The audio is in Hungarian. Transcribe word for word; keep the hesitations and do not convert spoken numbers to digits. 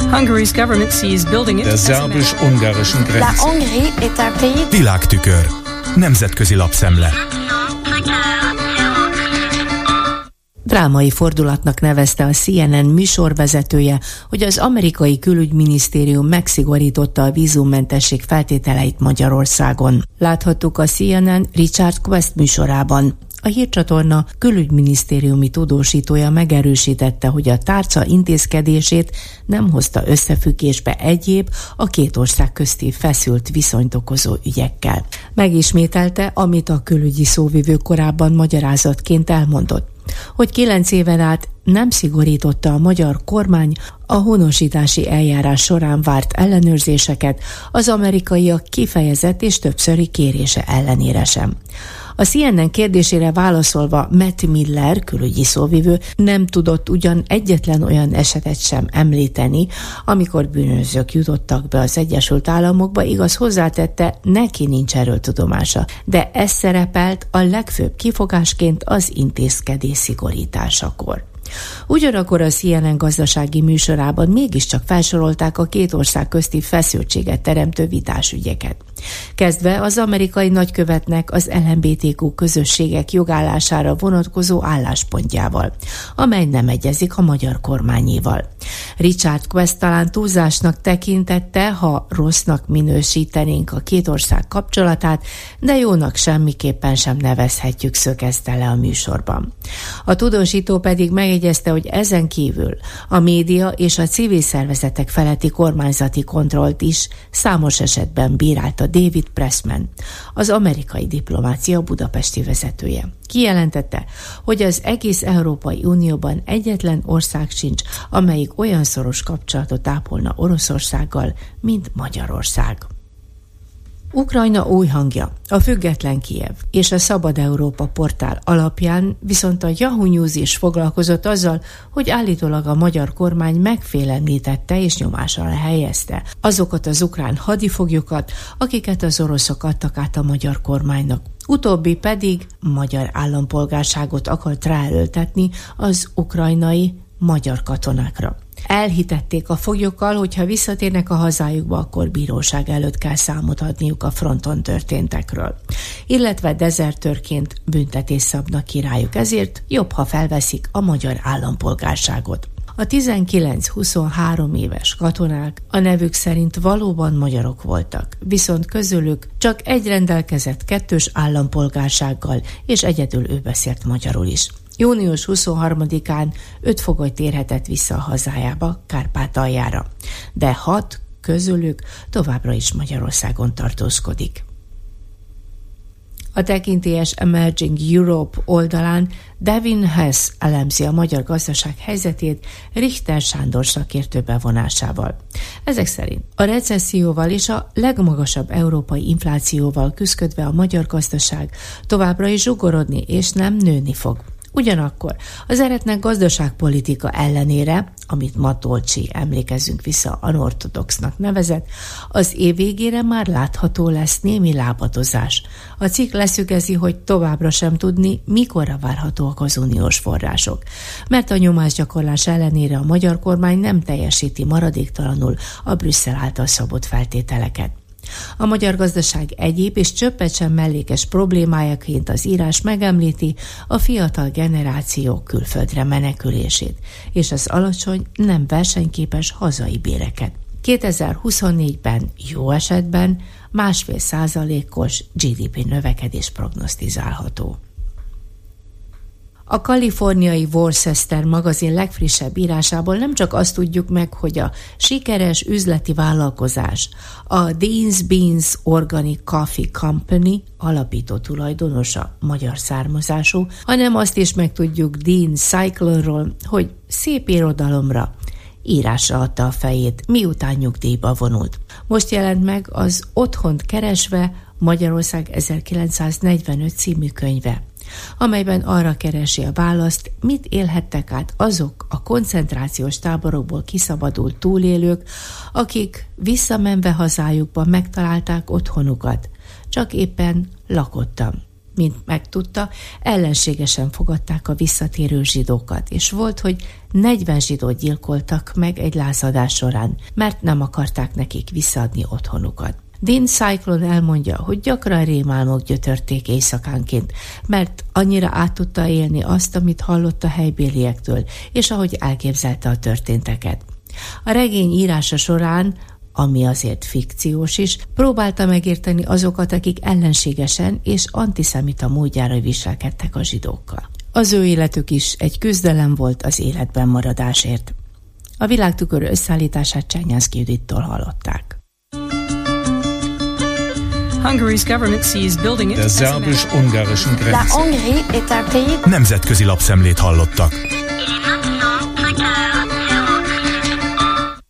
Hungary's government sees building it. Der szerbus-ungarischen Grenze. La Hongrie est un pays. Világtükör. Nemzetközi lapszemle. Drámai fordulatnak nevezte a C N N műsorvezetője, hogy az amerikai külügyminisztérium megszigorította a vízummentesség feltételeit Magyarországon. Láthattuk a C N N Richard Quest műsorában. A hírcsatorna külügyminisztériumi tudósítója megerősítette, hogy a tárca intézkedését nem hozta összefüggésbe egyéb a két ország közti feszült viszonyt okozó ügyekkel. Megismételte, amit a külügyi szóvivő korábban magyarázatként elmondott, hogy kilenc éven át nem szigorította a magyar kormány a honosítási eljárás során várt ellenőrzéseket az amerikaiak kifejezett és többszöri kérése ellenére sem. A C N N kérdésére válaszolva Matt Miller, külügyi szóvivő, nem tudott ugyan egyetlen olyan esetet sem említeni, amikor bűnözők jutottak be az Egyesült Államokba, igaz, hozzátette, neki nincs erről tudomása, de ez szerepelt a legfőbb kifogásként az intézkedés szigorításakor. Ugyanakkor a C N N gazdasági műsorában mégiscsak felsorolták a két ország közti feszültséget teremtő vitásügyeket. Kezdve az amerikai nagykövetnek az L M B T Q közösségek jogállására vonatkozó álláspontjával, amely nem egyezik a magyar kormányéval. Richard Quest talán túlzásnak tekintette, ha rossznak minősítenénk a két ország kapcsolatát, de jónak semmiképpen sem nevezhetjük, szögezte le a műsorban. A tudósító pedig megjegyezte, hogy ezen kívül a média és a civil szervezetek feletti kormányzati kontrollt is számos esetben bírálta David Pressman, az amerikai diplomácia budapesti vezetője. Kijelentette, hogy az egész Európai Unióban egyetlen ország sincs, amelyik olyan szoros kapcsolatot ápolna Oroszországgal, mint Magyarország. Ukrajna új hangja, a Független Kijev és a Szabad Európa portál alapján viszont a Yahoo News is foglalkozott azzal, hogy állítólag a magyar kormány megfélemlítette és nyomás alá helyezte azokat az ukrán hadifoglyokat, akiket az oroszok adtak át a magyar kormánynak. Utóbbi pedig magyar állampolgárságot akart ráerőltetni az ukrajnai magyar katonákra. Elhitették a foglyokkal, hogy ha visszatérnek a hazájukba, akkor bíróság előtt kell számot adniuk a fronton történtekről, illetve dezertőrként büntetést szabnak ki rájuk, ezért jobb, ha felveszik a magyar állampolgárságot. A tizenkilenc-huszonhárom éves katonák a nevük szerint valóban magyarok voltak, viszont közülük csak egy rendelkezett kettős állampolgársággal, és egyedül ő beszélt magyarul is. június huszonharmadikán öt fogoly térhetett vissza a hazájába, Kárpátaljára, de hat közülük továbbra is Magyarországon tartózkodik. A tekintélyes Emerging Europe oldalán Devin Hess elemzi a magyar gazdaság helyzetét Richter Sándor szakértő bevonásával. Ezek szerint a recesszióval és a legmagasabb európai inflációval küszködve a magyar gazdaság továbbra is zsugorodni és nem nőni fog. Ugyanakkor az eretnek gazdaságpolitika ellenére, amit Matolcsi, emlékezzünk vissza, anortodoxnak nevezett, az év végére már látható lesz némi lábadozás. A cikk leszögezi, hogy továbbra sem tudni, mikorra várhatóak az uniós források, mert a nyomásgyakorlás ellenére a magyar kormány nem teljesíti maradéktalanul a Brüsszel által szabott feltételeket. A magyar gazdaság egyéb és csöppet sem mellékes problémájaként az írás megemlíti a fiatal generáció külföldre menekülését és az alacsony, nem versenyképes hazai béreket. kétezer-huszonnégyben jó esetben másfél százalékos G D P növekedés prognosztizálható. A kaliforniai Worcester magazin legfrissebb írásában nem csak azt tudjuk meg, hogy a sikeres üzleti vállalkozás, a Dean's Beans Organic Coffee Company alapító tulajdonosa magyar származású, hanem azt is megtudjuk Dean Cyclonról, hogy szép irodalomra, írásra adta a fejét, miután nyugdíjba vonult. Most jelent meg az Otthont keresve Magyarország ezerkilencszáznegyvenöt című könyve, amelyben arra keresi a választ, mit élhettek át azok a koncentrációs táborokból kiszabadult túlélők, akik visszamenve hazájukba megtalálták otthonukat, csak éppen lakottan mint megtudta, ellenségesen fogadták a visszatérő zsidókat, és volt, hogy negyven zsidót gyilkoltak meg egy lázadás során, mert nem akarták nekik visszaadni otthonukat. Dean Cyclone elmondja, hogy gyakran rémálmok gyötörték éjszakánként, mert annyira át tudta élni azt, amit hallott a helybéliektől, és ahogy elképzelte a történteket. A regény írása során, ami azért fikciós is, próbálta megérteni azokat, akik ellenségesen és antiszemita módjára viselkedtek a zsidókkal. Az ő életük is egy küzdelem volt az életben maradásért. A Világtükör összeállítását Csányánszky Judittól hallották. Hungary's government sees building it Der as an szerbus-ungarischen La Grenze. Hongrie est un pays Nemzetközi lapszemlét hallottak.